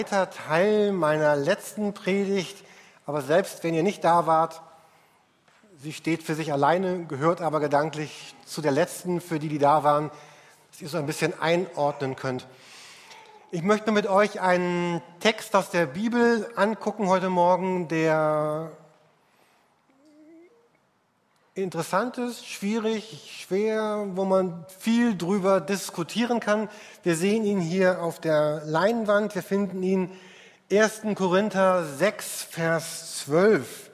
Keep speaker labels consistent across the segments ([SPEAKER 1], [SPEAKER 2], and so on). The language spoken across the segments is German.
[SPEAKER 1] Teil meiner letzten Predigt, aber selbst wenn ihr nicht da wart, sie steht für sich alleine, gehört aber gedanklich zu der letzten, für die da waren, dass ihr so ein bisschen einordnen könnt. Ich möchte mit euch einen Text aus der Bibel angucken heute Morgen, der interessant ist, schwierig, schwer, wo man viel drüber diskutieren kann. Wir sehen ihn hier auf der Leinwand. Wir finden ihn 1. Korinther 6, Vers 12.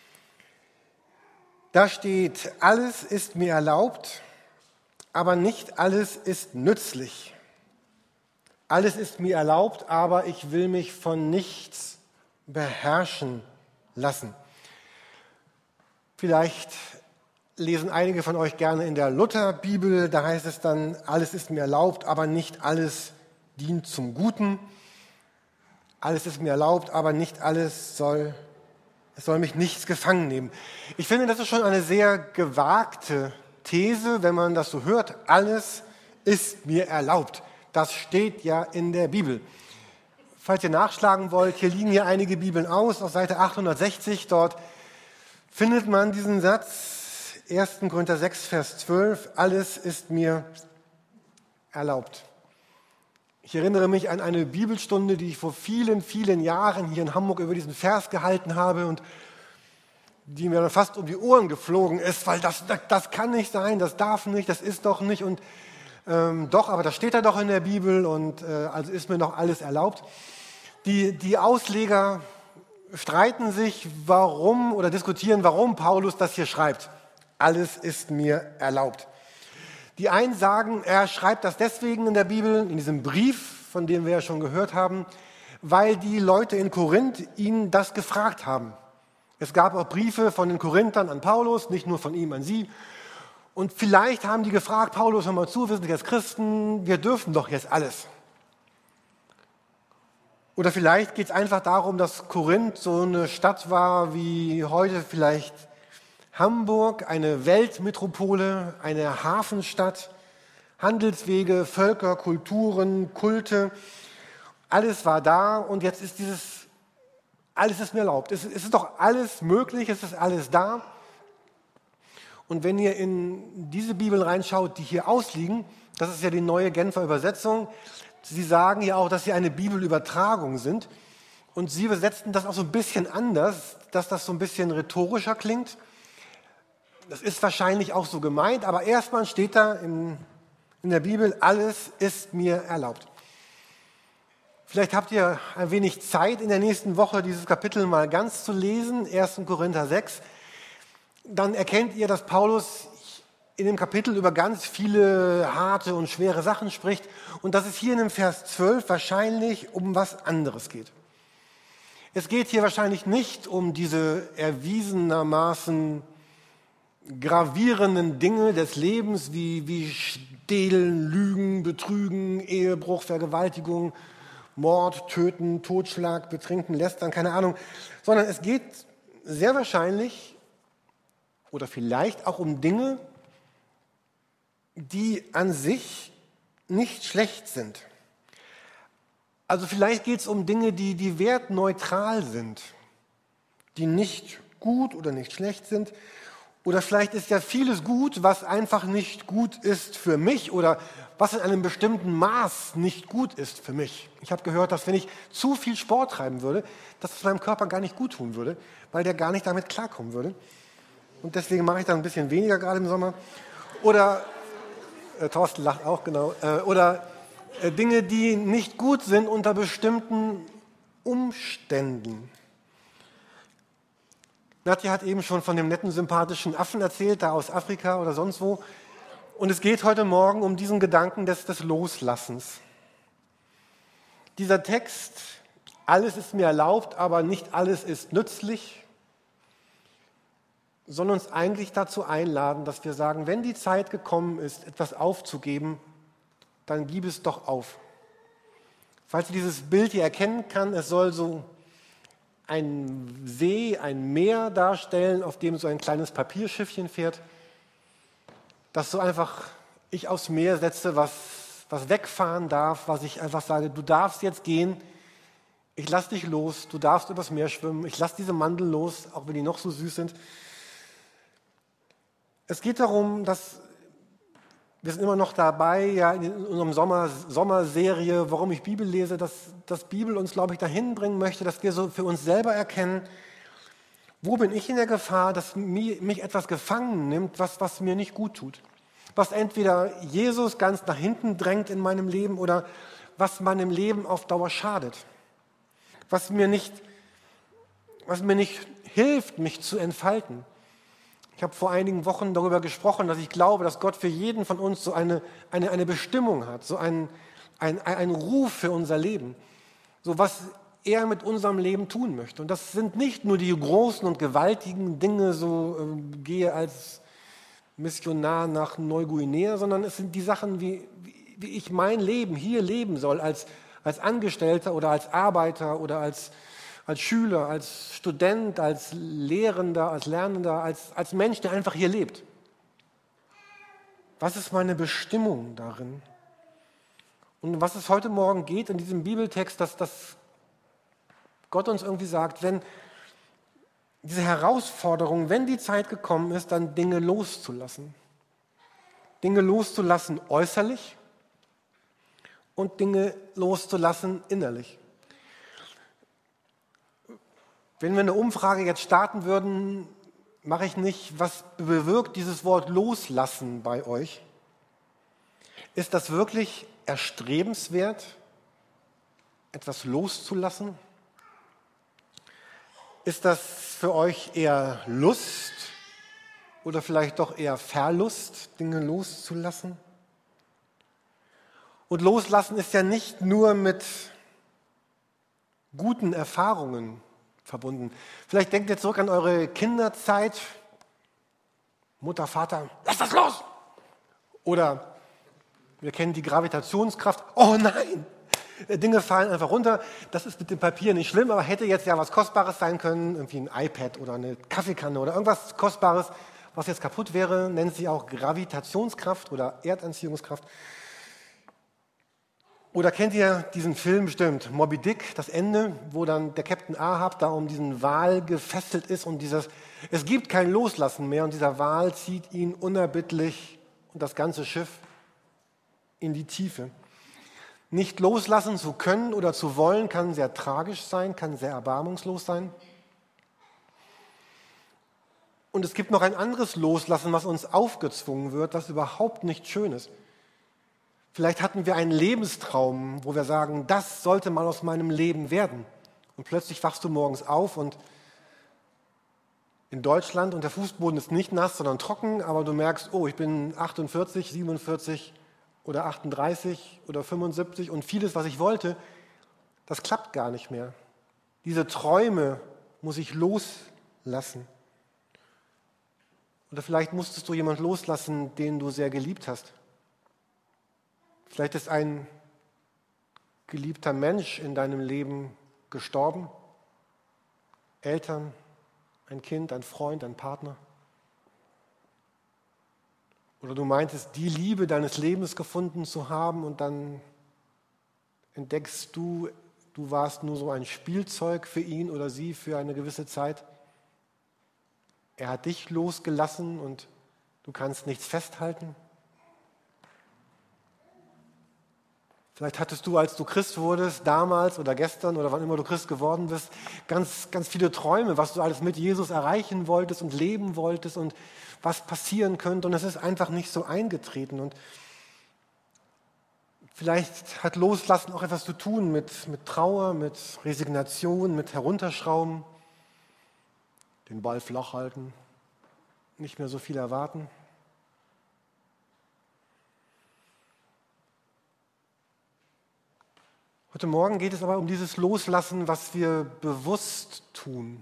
[SPEAKER 1] Da steht, alles ist mir erlaubt, aber nicht alles ist nützlich. Alles ist mir erlaubt, aber ich will mich von nichts beherrschen lassen. Vielleicht lesen einige von euch gerne in der Lutherbibel, da heißt es dann, alles ist mir erlaubt, aber nicht alles dient zum Guten. Alles ist mir erlaubt, aber nicht alles es soll mich nichts gefangen nehmen. Ich finde, das ist schon eine sehr gewagte These, wenn man das so hört. Alles ist mir erlaubt. Das steht ja in der Bibel. Falls ihr nachschlagen wollt, hier liegen hier einige Bibeln aus, auf Seite 860, dort findet man diesen Satz, 1. Korinther 6, Vers 12, alles ist mir erlaubt. Ich erinnere mich an eine Bibelstunde, die ich vor vielen, vielen Jahren hier in Hamburg über diesen Vers gehalten habe und die mir dann fast um die Ohren geflogen ist, weil das kann nicht sein, das darf nicht, das ist doch nicht und doch, aber das steht da doch in der Bibel und also ist mir noch alles erlaubt. Die Ausleger streiten sich, warum oder diskutieren, warum Paulus das hier schreibt. Alles ist mir erlaubt. Die einen sagen, er schreibt das deswegen in der Bibel, in diesem Brief, von dem wir ja schon gehört haben, weil die Leute in Korinth ihn das gefragt haben. Es gab auch Briefe von den Korinthern an Paulus, nicht nur von ihm an sie. Und vielleicht haben die gefragt, Paulus, hör mal zu, wir sind jetzt Christen, wir dürfen doch jetzt alles. Oder vielleicht geht es einfach darum, dass Korinth so eine Stadt war wie heute vielleicht Hamburg, eine Weltmetropole, eine Hafenstadt, Handelswege, Völker, Kulturen, Kulte, alles war da und jetzt ist alles ist mir erlaubt. Es ist doch alles möglich, es ist alles da. Und wenn ihr in diese Bibel reinschaut, die hier ausliegen, das ist ja die neue Genfer Übersetzung, sie sagen ja auch, dass sie eine Bibelübertragung sind und sie übersetzen das auch so ein bisschen anders, dass das so ein bisschen rhetorischer klingt. Das ist wahrscheinlich auch so gemeint, aber erstmal steht da in der Bibel, alles ist mir erlaubt. Vielleicht habt ihr ein wenig Zeit in der nächsten Woche, dieses Kapitel mal ganz zu lesen, 1. Korinther 6. Dann erkennt ihr, dass Paulus in dem Kapitel über ganz viele harte und schwere Sachen spricht und dass es hier in dem Vers 12 wahrscheinlich um was anderes geht. Es geht hier wahrscheinlich nicht um diese erwiesenermaßen gravierenden Dinge des Lebens wie Stehlen, Lügen, Betrügen, Ehebruch, Vergewaltigung, Mord, Töten, Totschlag, Betrinken, Lästern, keine Ahnung, sondern es geht sehr wahrscheinlich oder vielleicht auch um Dinge, die an sich nicht schlecht sind. Also vielleicht geht es um Dinge, die wertneutral sind, die nicht gut oder nicht schlecht sind. Oder vielleicht ist ja vieles gut, was einfach nicht gut ist für mich oder was in einem bestimmten Maß nicht gut ist für mich. Ich habe gehört, dass wenn ich zu viel Sport treiben würde, dass es meinem Körper gar nicht gut tun würde, weil der gar nicht damit klarkommen würde. Und deswegen mache ich dann ein bisschen weniger gerade im Sommer. Oder, Thorsten lacht auch, genau. Oder Dinge, die nicht gut sind unter bestimmten Umständen. Nadja hat eben schon von dem netten, sympathischen Affen erzählt, da aus Afrika oder sonst wo. Und es geht heute Morgen um diesen Gedanken des Loslassens. Dieser Text, alles ist mir erlaubt, aber nicht alles ist nützlich, soll uns eigentlich dazu einladen, dass wir sagen, wenn die Zeit gekommen ist, etwas aufzugeben, dann gib es doch auf. Falls ihr dieses Bild hier erkennen kann, es soll so ein See, ein Meer darstellen, auf dem so ein kleines Papierschiffchen fährt, das so einfach ich aufs Meer setze, was wegfahren darf, was ich einfach sage, du darfst jetzt gehen, Ich lass dich los, du darfst übers Meer schwimmen, ich lass diese Mandel los, auch wenn die noch so süß sind. Es geht darum, dass wir sind immer noch dabei, ja, in unserem Sommerserie, warum ich Bibel lese, dass Bibel uns, glaube ich, dahin bringen möchte, dass wir so für uns selber erkennen, wo bin ich in der Gefahr, dass mich etwas gefangen nimmt, was mir nicht gut tut. Was entweder Jesus ganz nach hinten drängt in meinem Leben oder was meinem Leben auf Dauer schadet. Was mir nicht hilft, mich zu entfalten. Ich habe vor einigen Wochen darüber gesprochen, dass ich glaube, dass Gott für jeden von uns so eine Bestimmung hat, so einen Ruf für unser Leben, so was er mit unserem Leben tun möchte. Und das sind nicht nur die großen und gewaltigen Dinge, so gehe als Missionar nach Neuguinea, sondern es sind die Sachen, wie ich mein Leben hier leben soll, als Angestellter oder als Arbeiter oder als Schüler, als Student, als Lehrender, als Lernender, als Mensch, der einfach hier lebt. Was ist meine Bestimmung darin? Und was es heute Morgen geht in diesem Bibeltext, dass Gott uns irgendwie sagt, wenn diese Herausforderung, wenn die Zeit gekommen ist, dann Dinge loszulassen. Dinge loszulassen äußerlich und Dinge loszulassen innerlich. Wenn wir eine Umfrage jetzt starten würden, mache ich nicht, was bewirkt dieses Wort loslassen bei euch? Ist das wirklich erstrebenswert, etwas loszulassen? Ist das für euch eher Lust oder vielleicht doch eher Verlust, Dinge loszulassen? Und loslassen ist ja nicht nur mit guten Erfahrungen verbunden. Vielleicht denkt ihr zurück an eure Kinderzeit. Mutter, Vater, lass das los! Oder wir kennen die Gravitationskraft. Oh nein, Dinge fallen einfach runter. Das ist mit dem Papier nicht schlimm, aber hätte jetzt ja was Kostbares sein können, irgendwie ein iPad oder eine Kaffeekanne oder irgendwas Kostbares, was jetzt kaputt wäre, nennt sich auch Gravitationskraft oder Erdanziehungskraft. Oder kennt ihr diesen Film bestimmt, Moby Dick, das Ende, wo dann der Captain Ahab da um diesen Wal gefesselt ist und es gibt kein Loslassen mehr und dieser Wal zieht ihn unerbittlich und das ganze Schiff in die Tiefe. Nicht loslassen zu können oder zu wollen, kann sehr tragisch sein, kann sehr erbarmungslos sein. Und es gibt noch ein anderes Loslassen, was uns aufgezwungen wird, was überhaupt nicht schön ist. Vielleicht hatten wir einen Lebenstraum, wo wir sagen, das sollte mal aus meinem Leben werden. Und plötzlich wachst du morgens auf und in Deutschland und der Fußboden ist nicht nass, sondern trocken, aber du merkst, oh, ich bin 48, 47 oder 38 oder 75 und vieles, was ich wollte, das klappt gar nicht mehr. Diese Träume muss ich loslassen. Oder vielleicht musstest du jemanden loslassen, den du sehr geliebt hast. Vielleicht ist ein geliebter Mensch in deinem Leben gestorben. Eltern, ein Kind, ein Freund, ein Partner. Oder du meintest, die Liebe deines Lebens gefunden zu haben und dann entdeckst du warst nur so ein Spielzeug für ihn oder sie für eine gewisse Zeit. Er hat dich losgelassen und du kannst nichts festhalten. Vielleicht hattest du, als du Christ wurdest, damals oder gestern oder wann immer du Christ geworden bist, ganz, ganz viele Träume, was du alles mit Jesus erreichen wolltest und leben wolltest und was passieren könnte. Und es ist einfach nicht so eingetreten. Und vielleicht hat Loslassen auch etwas zu tun mit Trauer, mit Resignation, mit Herunterschrauben, den Ball flach halten, nicht mehr so viel erwarten. Heute Morgen geht es aber um dieses Loslassen, was wir bewusst tun.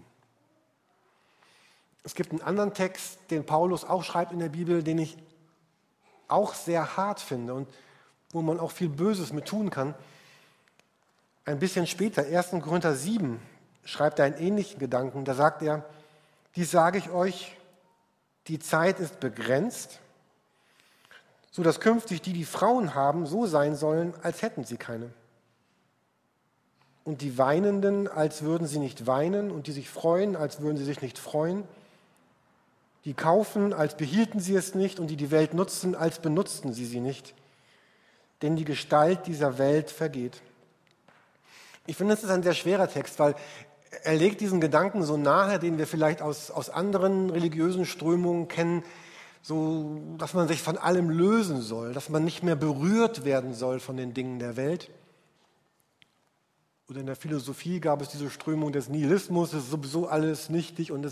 [SPEAKER 1] Es gibt einen anderen Text, den Paulus auch schreibt in der Bibel, den ich auch sehr hart finde und wo man auch viel Böses mit tun kann. Ein bisschen später, 1. Korinther 7, schreibt er einen ähnlichen Gedanken. Da sagt er, dies sage ich euch, die Zeit ist begrenzt, so dass künftig die Frauen haben, so sein sollen, als hätten sie keine. und die Weinenden, als würden sie nicht weinen, und die sich freuen, als würden sie sich nicht freuen, die kaufen, als behielten sie es nicht, und die die Welt nutzen, als benutzten sie nicht. Denn die Gestalt dieser Welt vergeht. Ich finde, das ist ein sehr schwerer Text, weil er legt diesen Gedanken so nahe, den wir vielleicht aus anderen religiösen Strömungen kennen, so, dass man sich von allem lösen soll, dass man nicht mehr berührt werden soll von den Dingen der Welt. Oder in der Philosophie gab es diese Strömung des Nihilismus, es ist sowieso alles nichtig und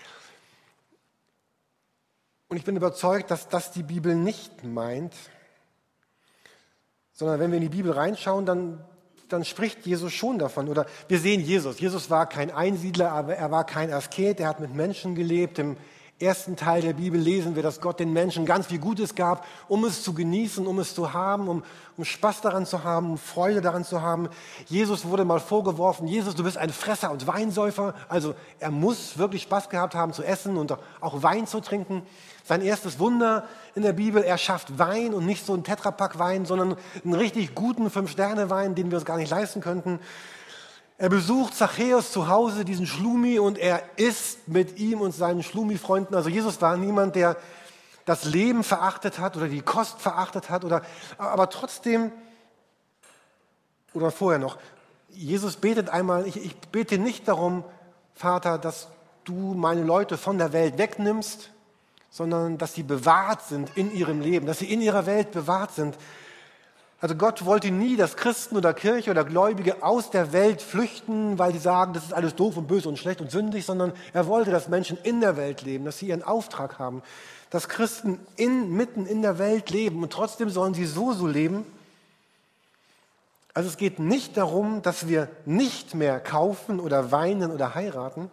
[SPEAKER 1] ich bin überzeugt, dass das die Bibel nicht meint, sondern wenn wir in die Bibel reinschauen, dann spricht Jesus schon davon. Oder wir sehen Jesus. Jesus war kein Einsiedler, aber er war kein Asket, er hat mit Menschen gelebt. Im ersten Teil der Bibel lesen wir, dass Gott den Menschen ganz viel Gutes gab, um es zu genießen, um es zu haben, um Spaß daran zu haben, um Freude daran zu haben. Jesus wurde mal vorgeworfen, Jesus, du bist ein Fresser und Weinsäufer. Also er muss wirklich Spaß gehabt haben zu essen und auch Wein zu trinken. Sein erstes Wunder in der Bibel, er schafft Wein und nicht so einen Tetrapack Wein, sondern einen richtig guten 5-Sterne-Wein, den wir uns gar nicht leisten könnten. Er besucht Zachäus zu Hause, diesen Schlumi, und er isst mit ihm und seinen Schlumi-Freunden. Also Jesus war niemand, der das Leben verachtet hat oder die Kost verachtet hat, aber trotzdem, oder vorher noch, Jesus betet einmal, ich bete nicht darum, Vater, dass du meine Leute von der Welt wegnimmst, sondern dass sie bewahrt sind in ihrem Leben, dass sie in ihrer Welt bewahrt sind. Also Gott wollte nie, dass Christen oder Kirche oder Gläubige aus der Welt flüchten, weil sie sagen, das ist alles doof und böse und schlecht und sündig, sondern er wollte, dass Menschen in der Welt leben, dass sie ihren Auftrag haben, dass Christen mitten in der Welt leben und trotzdem sollen sie so leben. Also es geht nicht darum, dass wir nicht mehr kaufen oder weinen oder heiraten,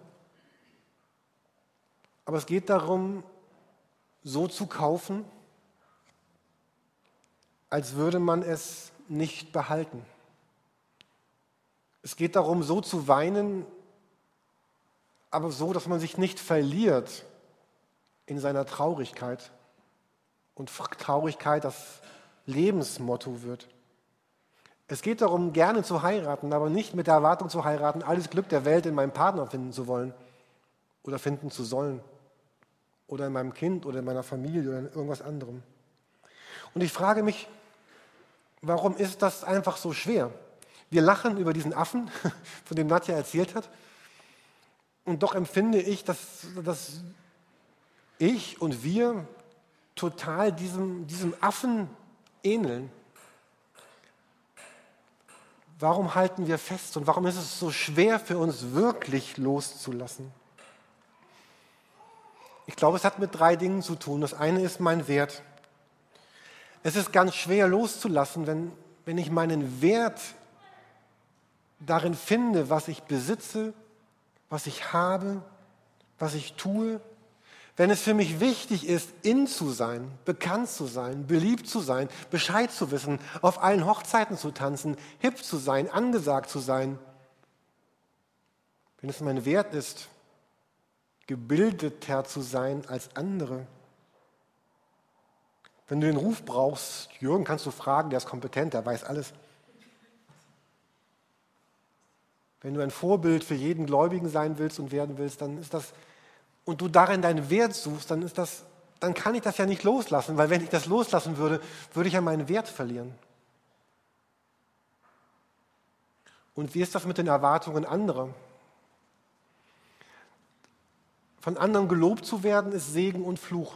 [SPEAKER 1] aber es geht darum, so zu kaufen, als würde man es nicht behalten. Es geht darum, so zu weinen, aber so, dass man sich nicht verliert in seiner Traurigkeit und Traurigkeit das Lebensmotto wird. Es geht darum, gerne zu heiraten, aber nicht mit der Erwartung zu heiraten, alles Glück der Welt in meinem Partner finden zu wollen oder finden zu sollen oder in meinem Kind oder in meiner Familie oder in irgendwas anderem. Und ich frage mich, warum ist das einfach so schwer? Wir lachen über diesen Affen, von dem Nadja erzählt hat. Und doch empfinde ich, dass ich und wir total diesem Affen ähneln. Warum halten wir fest und warum ist es so schwer für uns, wirklich loszulassen? Ich glaube, es hat mit 3 Dingen zu tun. Das eine ist mein Wert. Es ist ganz schwer loszulassen, wenn ich meinen Wert darin finde, was ich besitze, was ich habe, was ich tue. Wenn es für mich wichtig ist, in zu sein, bekannt zu sein, beliebt zu sein, Bescheid zu wissen, auf allen Hochzeiten zu tanzen, hip zu sein, angesagt zu sein. Wenn es mein Wert ist, gebildeter zu sein als andere. Wenn du den Ruf brauchst, Jürgen kannst du fragen, der ist kompetent, der weiß alles. Wenn du ein Vorbild für jeden Gläubigen sein willst und werden willst, dann ist das, und du darin deinen Wert suchst, dann kann ich das ja nicht loslassen, weil wenn ich das loslassen würde, würde ich ja meinen Wert verlieren. Und wie ist das mit den Erwartungen anderer? Von anderen gelobt zu werden, ist Segen und Fluch.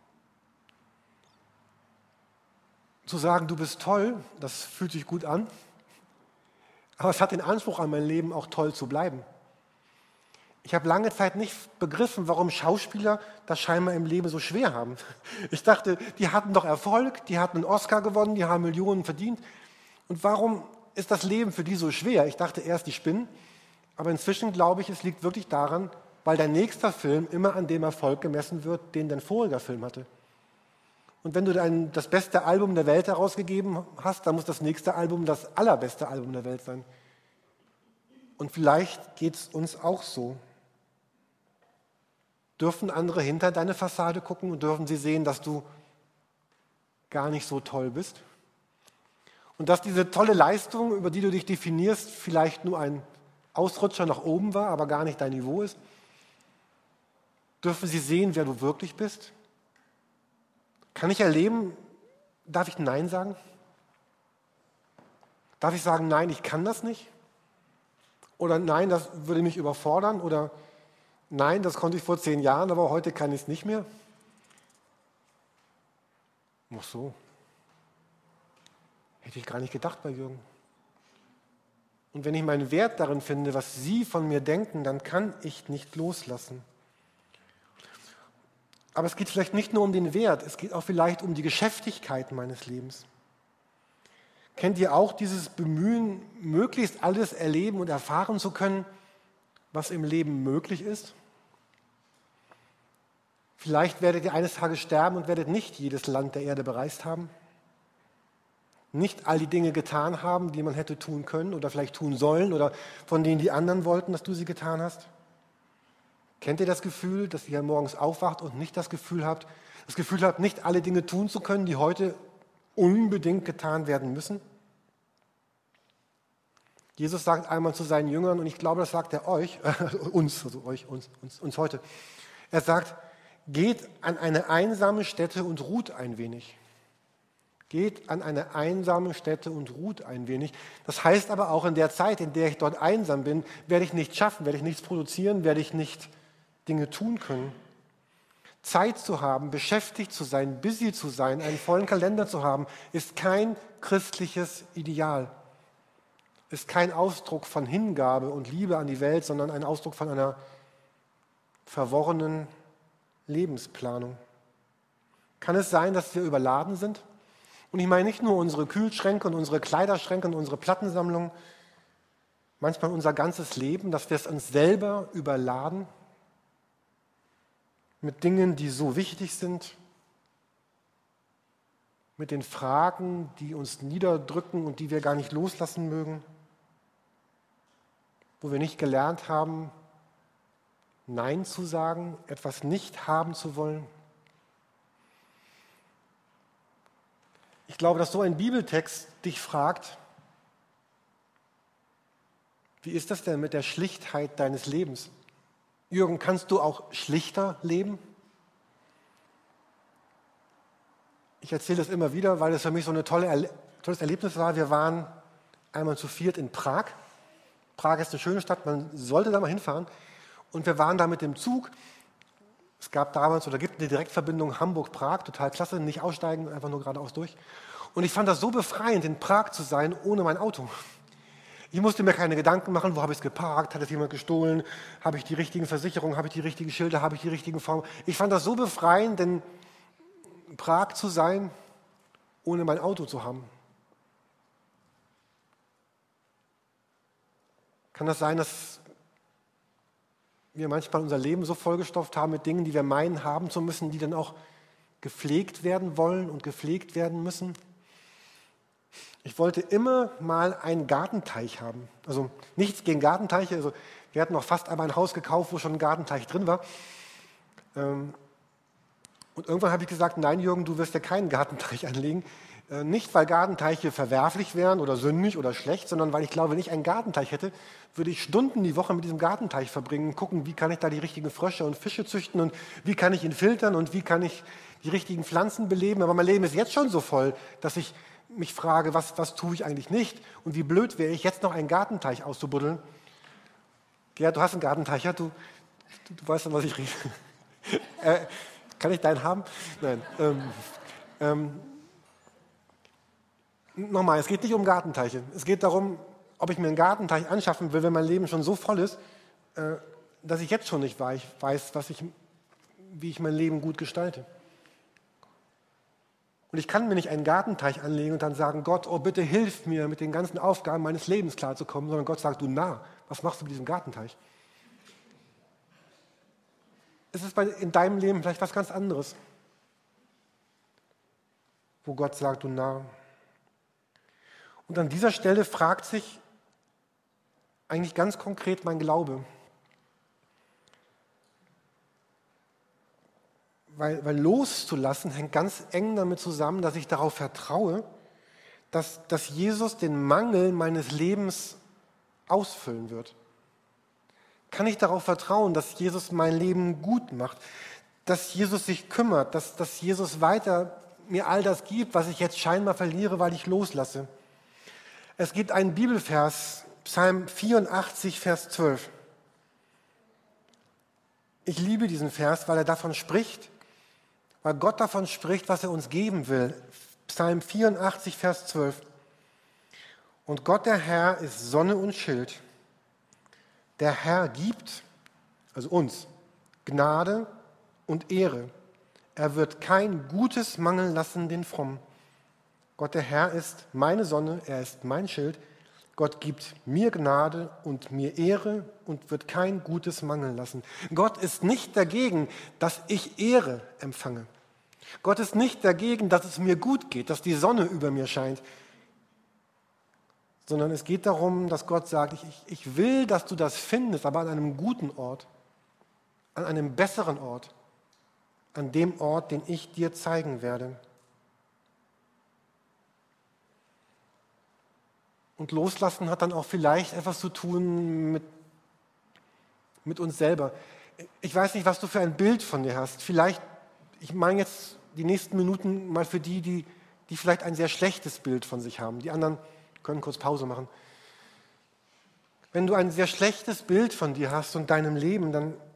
[SPEAKER 1] Zu sagen, du bist toll, das fühlt sich gut an, aber es hat den Anspruch an mein Leben, auch toll zu bleiben. Ich habe lange Zeit nicht begriffen, warum Schauspieler das scheinbar im Leben so schwer haben. Ich dachte, die hatten doch Erfolg, die hatten einen Oscar gewonnen, die haben Millionen verdient. Und warum ist das Leben für die so schwer? Ich dachte erst, die spinnen, aber inzwischen glaube ich, es liegt wirklich daran, weil dein nächster Film immer an dem Erfolg gemessen wird, den dein voriger Film hatte. Und wenn du das beste Album der Welt herausgegeben hast, dann muss das nächste Album das allerbeste Album der Welt sein. Und vielleicht geht es uns auch so. Dürfen andere hinter deine Fassade gucken und dürfen sie sehen, dass du gar nicht so toll bist? Und dass diese tolle Leistung, über die du dich definierst, vielleicht nur ein Ausrutscher nach oben war, aber gar nicht dein Niveau ist? Dürfen sie sehen, wer du wirklich bist? Kann ich erleben, darf ich Nein sagen? Darf ich sagen, nein, ich kann das nicht? Oder nein, das würde mich überfordern? Oder nein, das konnte ich vor 10 Jahren, aber heute kann ich es nicht mehr? Ach so. Hätte ich gar nicht gedacht bei Jürgen. Und wenn ich meinen Wert darin finde, was Sie von mir denken, dann kann ich nicht loslassen. Aber es geht vielleicht nicht nur um den Wert, es geht auch vielleicht um die Geschäftigkeit meines Lebens. Kennt ihr auch dieses Bemühen, möglichst alles erleben und erfahren zu können, was im Leben möglich ist? Vielleicht werdet ihr eines Tages sterben und werdet nicht jedes Land der Erde bereist haben. Nicht all die Dinge getan haben, die man hätte tun können oder vielleicht tun sollen oder von denen die anderen wollten, dass du sie getan hast. Kennt ihr das Gefühl, dass ihr morgens aufwacht und nicht das Gefühl habt, nicht alle Dinge tun zu können, die heute unbedingt getan werden müssen? Jesus sagt einmal zu seinen Jüngern, und ich glaube, das sagt er euch, uns heute. Er sagt, geht an eine einsame Stätte und ruht ein wenig. Geht an eine einsame Stätte und ruht ein wenig. Das heißt aber auch, in der Zeit, in der ich dort einsam bin, werde ich nichts schaffen, werde ich nichts produzieren, werde ich nicht Dinge tun können. Zeit zu haben, beschäftigt zu sein, busy zu sein, einen vollen Kalender zu haben, ist kein christliches Ideal. Ist kein Ausdruck von Hingabe und Liebe an die Welt, sondern ein Ausdruck von einer verworrenen Lebensplanung. Kann es sein, dass wir überladen sind? Und ich meine nicht nur unsere Kühlschränke und unsere Kleiderschränke und unsere Plattensammlung, manchmal unser ganzes Leben, dass wir es uns selber überladen mit Dingen, die so wichtig sind, mit den Fragen, die uns niederdrücken und die wir gar nicht loslassen mögen, wo wir nicht gelernt haben, Nein zu sagen, etwas nicht haben zu wollen. Ich glaube, dass so ein Bibeltext dich fragt, wie ist das denn mit der Schlichtheit deines Lebens? Jürgen, kannst du auch schlichter leben? Ich erzähle das immer wieder, weil es für mich so ein tolles Erlebnis war. Wir waren einmal zu 4 in Prag. Prag ist eine schöne Stadt, man sollte da mal hinfahren. Und wir waren da mit dem Zug. Es gab damals oder gibt eine Direktverbindung Hamburg-Prag, total klasse, nicht aussteigen, einfach nur geradeaus durch. Und ich fand das so befreiend, in Prag zu sein, ohne mein Auto. Ich musste mir keine Gedanken machen, wo habe ich es geparkt, hat es jemand gestohlen, habe ich die richtigen Versicherungen, habe ich die richtigen Schilder, habe ich die richtigen Formen. Ich fand das so befreiend, in Prag zu sein, ohne mein Auto zu haben. Kann das sein, dass wir manchmal unser Leben so vollgestopft haben mit Dingen, die wir meinen haben zu müssen, die dann auch gepflegt werden wollen und gepflegt werden müssen? Ich wollte immer mal einen Gartenteich haben. Also nichts gegen Gartenteiche. Also wir hatten noch fast einmal ein Haus gekauft, wo schon ein Gartenteich drin war. Und irgendwann habe ich gesagt, nein Jürgen, du wirst ja keinen Gartenteich anlegen. Nicht, weil Gartenteiche verwerflich wären oder sündig oder schlecht, sondern weil ich glaube, wenn ich einen Gartenteich hätte, würde ich Stunden die Woche mit diesem Gartenteich verbringen, gucken, wie kann ich da die richtigen Frösche und Fische züchten und wie kann ich ihn filtern und wie kann ich die richtigen Pflanzen beleben. Aber mein Leben ist jetzt schon so voll, dass ich mich frage, was tue ich eigentlich nicht und wie blöd wäre ich, jetzt noch einen Gartenteich auszubuddeln. Gerhard, du hast einen Gartenteich, ja? Du weißt, an was ich rede. Kann ich deinen haben? Nein. Nochmal, es geht nicht um Gartenteiche. Es geht darum, ob ich mir einen Gartenteich anschaffen will, wenn mein Leben schon so voll ist, dass ich jetzt schon nicht weiß, wie ich mein Leben gut gestalte. Und ich kann mir nicht einen Gartenteich anlegen und dann sagen, Gott, oh bitte hilf mir, mit den ganzen Aufgaben meines Lebens klarzukommen, sondern Gott sagt, du Narr, was machst du mit diesem Gartenteich? Es ist in deinem Leben vielleicht was ganz anderes, wo Gott sagt, du Narr. Und an dieser Stelle fragt sich eigentlich ganz konkret mein Glaube. Weil loszulassen hängt ganz eng damit zusammen, dass ich darauf vertraue, dass Jesus den Mangel meines Lebens ausfüllen wird? Kann ich darauf vertrauen, dass Jesus mein Leben gut macht, dass Jesus sich kümmert, dass Jesus weiter mir all das gibt, was ich jetzt scheinbar verliere, weil ich loslasse? Es gibt einen Bibelvers, Psalm 84, Vers 12. Ich liebe diesen Vers, weil er davon spricht, weil Gott davon spricht, was er uns geben will. Psalm 84, Vers 12. Und Gott, der Herr, ist Sonne und Schild. Der Herr gibt, also uns, Gnade und Ehre. Er wird kein Gutes mangeln lassen den Frommen. Gott, der Herr, ist meine Sonne, er ist mein Schild. Gott gibt mir Gnade und mir Ehre und wird kein Gutes mangeln lassen. Gott ist nicht dagegen, dass ich Ehre empfange. Gott ist nicht dagegen, dass es mir gut geht, dass die Sonne über mir scheint. Sondern es geht darum, dass Gott sagt, ich will, dass du das findest, aber an einem guten Ort, an einem besseren Ort, an dem Ort, den ich dir zeigen werde. Und loslassen hat dann auch vielleicht etwas zu tun mit uns selber. Ich weiß nicht, was du für ein Bild von dir hast. Vielleicht, ich meine jetzt die nächsten Minuten mal für die vielleicht ein sehr schlechtes Bild von sich haben. Die anderen können kurz Pause machen. Wenn du ein sehr schlechtes Bild von dir hast und deinem Leben,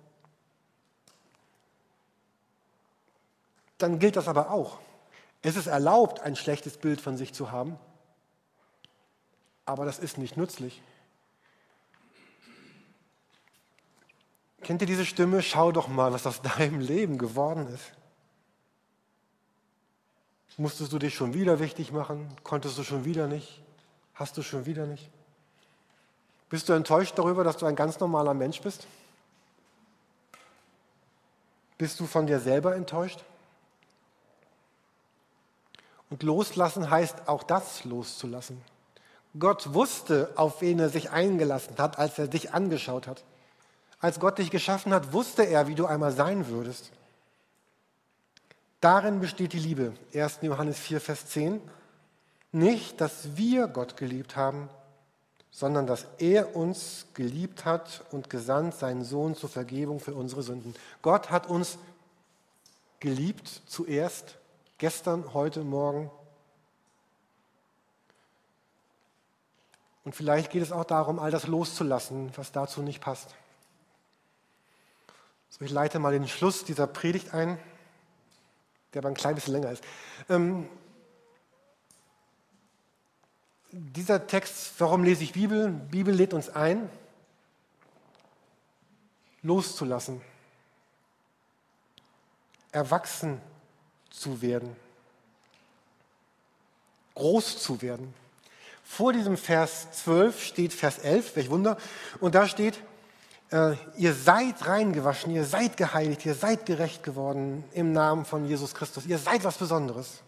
[SPEAKER 1] dann gilt das aber auch. Es ist erlaubt, ein schlechtes Bild von sich zu haben, aber das ist nicht nützlich. Kennt ihr diese Stimme? Schau doch mal, was aus deinem Leben geworden ist. Musstest du dich schon wieder wichtig machen? Konntest du schon wieder nicht? Hast du schon wieder nicht? Bist du enttäuscht darüber, dass du ein ganz normaler Mensch bist? Bist du von dir selber enttäuscht? Und loslassen heißt auch das loszulassen. Gott wusste, auf wen er sich eingelassen hat, als er dich angeschaut hat. Als Gott dich geschaffen hat, wusste er, wie du einmal sein würdest. Darin besteht die Liebe. 1. Johannes 4, Vers 10. Nicht, dass wir Gott geliebt haben, sondern dass er uns geliebt hat und gesandt seinen Sohn zur Vergebung für unsere Sünden. Gott hat uns geliebt zuerst, gestern, heute, morgen. Und vielleicht geht es auch darum, all das loszulassen, was dazu nicht passt. So, ich leite mal den Schluss dieser Predigt ein, der aber ein klein bisschen länger ist. Dieser Text, warum lese ich Bibel? Bibel lädt uns ein, loszulassen, erwachsen zu werden, groß zu werden. Vor diesem Vers 12 steht Vers 11, welch Wunder, und da steht, ihr seid reingewaschen, ihr seid geheiligt, ihr seid gerecht geworden im Namen von Jesus Christus. Ihr seid was Besonderes.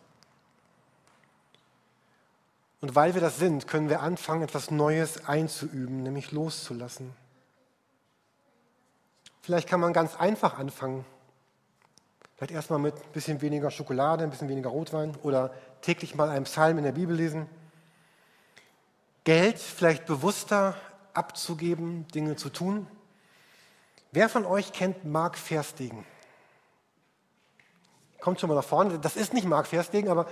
[SPEAKER 1] Und weil wir das sind, können wir anfangen, etwas Neues einzuüben, nämlich loszulassen. Vielleicht kann man ganz einfach anfangen. Vielleicht erstmal mit ein bisschen weniger Schokolade, ein bisschen weniger Rotwein oder täglich mal einen Psalm in der Bibel lesen. Geld vielleicht bewusster abzugeben, Dinge zu tun. Wer von euch kennt Mark Verstegen? Kommt schon mal nach vorne. Das ist nicht Mark Verstegen, aber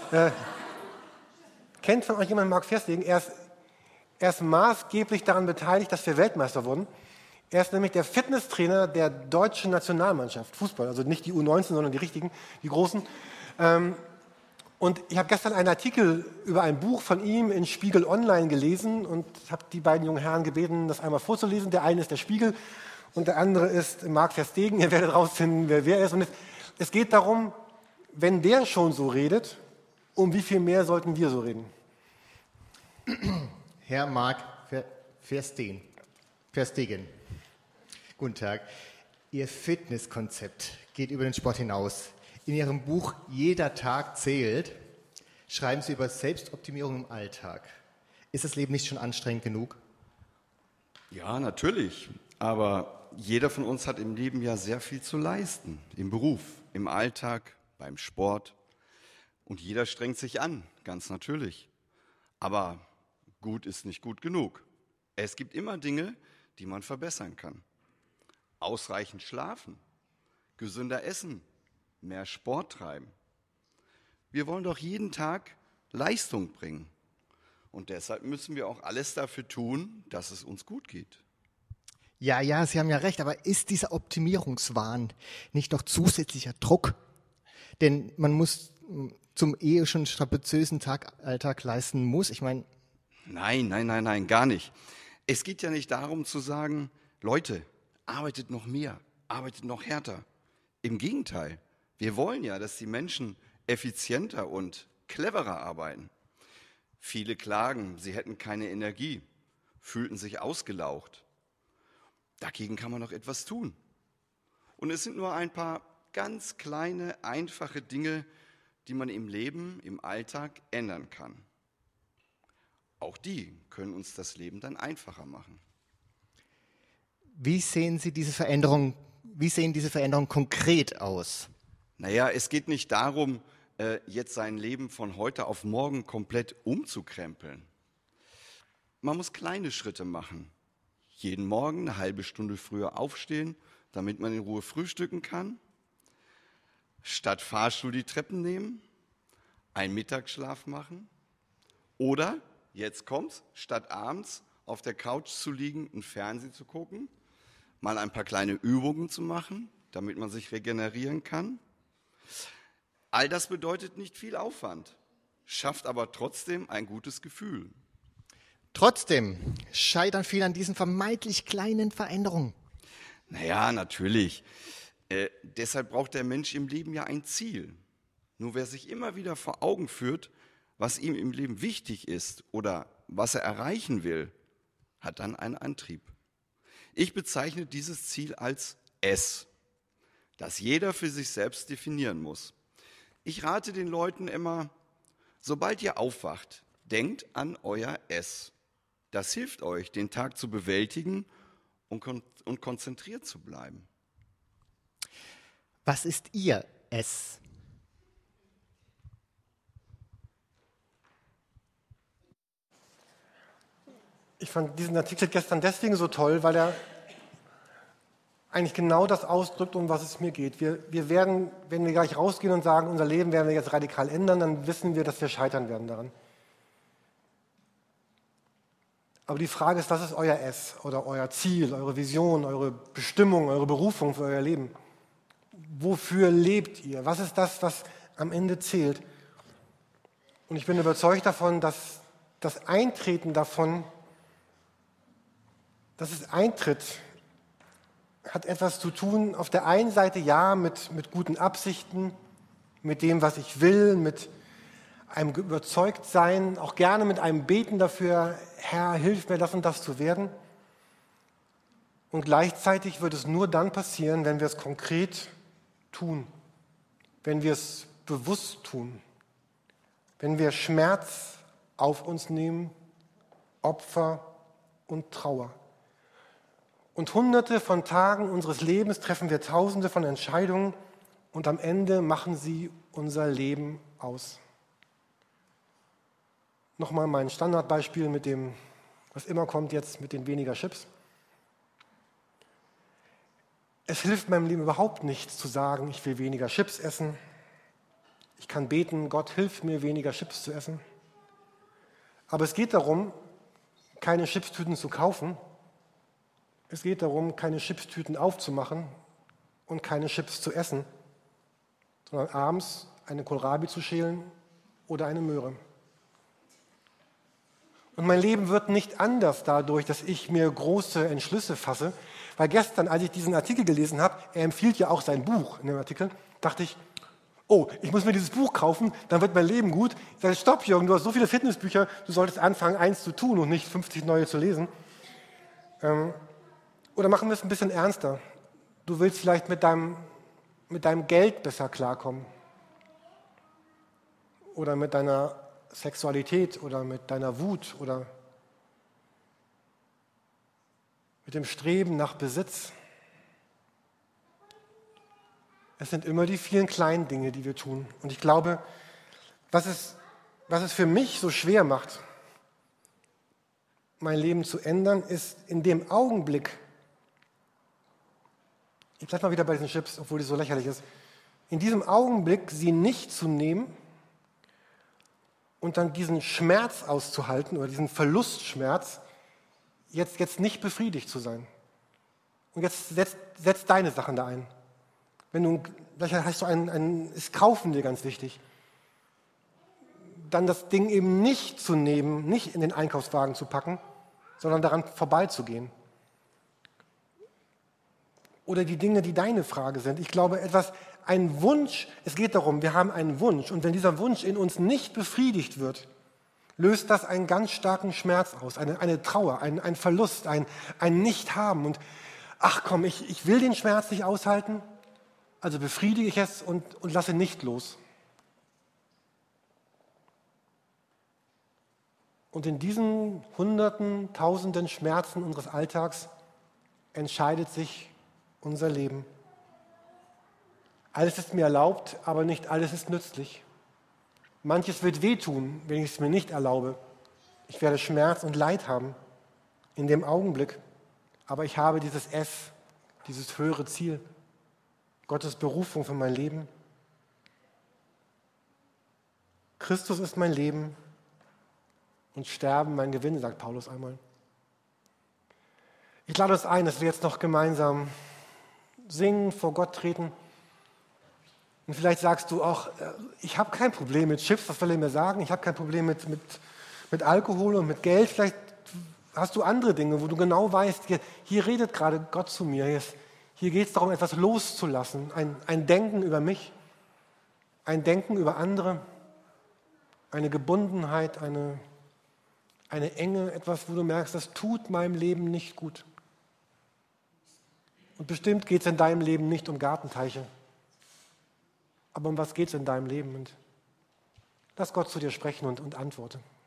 [SPEAKER 1] kennt von euch jemand Mark Verstegen? Er ist maßgeblich daran beteiligt, dass wir Weltmeister wurden. Er ist nämlich der Fitnesstrainer der deutschen Nationalmannschaft, Fußball, also nicht die U19, sondern die richtigen, die großen. Und ich habe gestern einen Artikel über ein Buch von ihm in Spiegel Online gelesen und habe die beiden jungen Herren gebeten, das einmal vorzulesen. Der eine ist der Spiegel und der andere ist Mark Verstegen. Ihr werdet rausfinden, wer ist. Und es geht darum, wenn der schon so redet, um wie viel mehr sollten wir so reden?
[SPEAKER 2] Herr Mark Verstegen. Guten Tag. Ihr Fitnesskonzept geht über den Sport hinaus. In Ihrem Buch Jeder Tag zählt schreiben Sie über Selbstoptimierung im Alltag. Ist das Leben nicht schon anstrengend genug?
[SPEAKER 3] Ja, natürlich. Aber jeder von uns hat im Leben ja sehr viel zu leisten. Im Beruf, im Alltag, beim Sport. Und jeder strengt sich an, ganz natürlich. Aber gut ist nicht gut genug. Es gibt immer Dinge, die man verbessern kann. Ausreichend schlafen, gesünder essen, mehr Sport treiben. Wir wollen doch jeden Tag Leistung bringen. Und deshalb müssen wir auch alles dafür tun, dass es uns gut geht.
[SPEAKER 2] Ja, Sie haben ja recht, aber ist dieser Optimierungswahn nicht noch zusätzlicher Druck? Denn man muss zum schon strapaziösen Alltag leisten muss. Ich meine,
[SPEAKER 3] Nein, gar nicht. Es geht ja nicht darum zu sagen, Leute, arbeitet noch mehr, arbeitet noch härter. Im Gegenteil, wir wollen ja, dass die Menschen effizienter und cleverer arbeiten. Viele klagen, sie hätten keine Energie, fühlten sich ausgelaugt. Dagegen kann man noch etwas tun. Und es sind nur ein paar ganz kleine, einfache Dinge, die man im Leben, im Alltag ändern kann. Auch die können uns das Leben dann einfacher machen.
[SPEAKER 2] wie sehen diese Veränderungen konkret aus?
[SPEAKER 3] Naja, es geht nicht darum, jetzt sein Leben von heute auf morgen komplett umzukrempeln. Man muss kleine Schritte machen. Jeden Morgen eine halbe Stunde früher aufstehen, damit man in Ruhe frühstücken kann. Statt Fahrstuhl die Treppen nehmen, einen Mittagsschlaf machen. Oder, jetzt kommt's, statt abends auf der Couch zu liegen und Fernsehen zu gucken, mal ein paar kleine Übungen zu machen, damit man sich regenerieren kann. All das bedeutet nicht viel Aufwand, schafft aber trotzdem ein gutes Gefühl.
[SPEAKER 2] Trotzdem scheitern viele an diesen vermeintlich kleinen Veränderungen.
[SPEAKER 3] Naja, natürlich. Deshalb braucht der Mensch im Leben ja ein Ziel. Nur wer sich immer wieder vor Augen führt, was ihm im Leben wichtig ist oder was er erreichen will, hat dann einen Antrieb. Ich bezeichne dieses Ziel als S, das jeder für sich selbst definieren muss. Ich rate den Leuten immer, sobald ihr aufwacht, denkt an euer S. Das hilft euch, den Tag zu bewältigen und konzentriert zu bleiben.
[SPEAKER 2] Was ist Ihr S?
[SPEAKER 1] Ich fand diesen Artikel gestern deswegen so toll, weil er eigentlich genau das ausdrückt, um was es mir geht. Wir werden, wenn wir gleich rausgehen und sagen, unser Leben werden wir jetzt radikal ändern, dann wissen wir, dass wir scheitern werden daran. Aber die Frage ist, was ist euer S oder euer Ziel, eure Vision, eure Bestimmung, eure Berufung für euer Leben? Wofür lebt ihr? Was ist das, was am Ende zählt? Und ich bin überzeugt davon, dass das Eintreten davon, dass es eintritt, hat etwas zu tun, auf der einen Seite ja mit guten Absichten, mit dem, was ich will, mit einem Überzeugtsein, auch gerne mit einem Beten dafür, Herr, hilf mir, das und das zu werden. Und gleichzeitig wird es nur dann passieren, wenn wir es konkret tun, wenn wir es bewusst tun, wenn wir Schmerz auf uns nehmen, Opfer und Trauer. Und Hunderte von Tagen unseres Lebens treffen wir Tausende von Entscheidungen und am Ende machen sie unser Leben aus. Nochmal mein Standardbeispiel mit dem, was immer kommt jetzt, mit den weniger Chips. Es hilft meinem Leben überhaupt nichts zu sagen, ich will weniger Chips essen. Ich kann beten, Gott hilf mir, weniger Chips zu essen. Aber es geht darum, keine Chipstüten zu kaufen. Es geht darum, keine Chipstüten aufzumachen und keine Chips zu essen, sondern abends eine Kohlrabi zu schälen oder eine Möhre. Und mein Leben wird nicht anders dadurch, dass ich mir große Entschlüsse fasse. Weil gestern, als ich diesen Artikel gelesen habe, er empfiehlt ja auch sein Buch in dem Artikel, dachte ich, oh, ich muss mir dieses Buch kaufen, dann wird mein Leben gut. Ich sage, stopp Jürgen, du hast so viele Fitnessbücher, du solltest anfangen, eins zu tun und nicht 50 neue zu lesen. Oder machen wir es ein bisschen ernster. Du willst vielleicht mit deinem Geld besser klarkommen. Oder mit deiner Sexualität oder mit deiner Wut oder mit dem Streben nach Besitz. Es sind immer die vielen kleinen Dinge, die wir tun. Und ich glaube, was es für mich so schwer macht, mein Leben zu ändern, ist in dem Augenblick, ich bleibe mal wieder bei diesen Chips, obwohl die so lächerlich ist, in diesem Augenblick sie nicht zu nehmen und dann diesen Schmerz auszuhalten oder diesen Verlustschmerz, jetzt nicht befriedigt zu sein. Und jetzt setz deine Sachen da ein. Vielleicht hast du ist Kaufen dir ganz wichtig. Dann das Ding eben nicht zu nehmen, nicht in den Einkaufswagen zu packen, sondern daran vorbeizugehen. Oder die Dinge, die deine Frage sind. Ich glaube, ein Wunsch, es geht darum, wir haben einen Wunsch und wenn dieser Wunsch in uns nicht befriedigt wird, löst das einen ganz starken Schmerz aus, eine Trauer, ein Verlust, ein Nicht-Haben. Und ach komm, ich will den Schmerz nicht aushalten, also befriedige ich es und lasse nicht los. Und in diesen Hunderten, Tausenden Schmerzen unseres Alltags entscheidet sich unser Leben. Alles ist mir erlaubt, aber nicht alles ist nützlich. Manches wird wehtun, wenn ich es mir nicht erlaube. Ich werde Schmerz und Leid haben in dem Augenblick. Aber ich habe dieses S, dieses höhere Ziel, Gottes Berufung für mein Leben. Christus ist mein Leben und Sterben mein Gewinn, sagt Paulus einmal. Ich lade uns ein, dass wir jetzt noch gemeinsam singen, vor Gott treten. Und vielleicht sagst du auch, ich habe kein Problem mit Chips, was soll er mir sagen? Ich habe kein Problem mit Alkohol und mit Geld. Vielleicht hast du andere Dinge, wo du genau weißt, hier redet gerade Gott zu mir. Hier geht es darum, etwas loszulassen. Ein Denken über mich, ein Denken über andere, eine Gebundenheit, eine Enge, etwas, wo du merkst, das tut meinem Leben nicht gut. Und bestimmt geht es in deinem Leben nicht um Gartenteiche. Aber um was geht es in deinem Leben? Und lass Gott zu dir sprechen und antworte.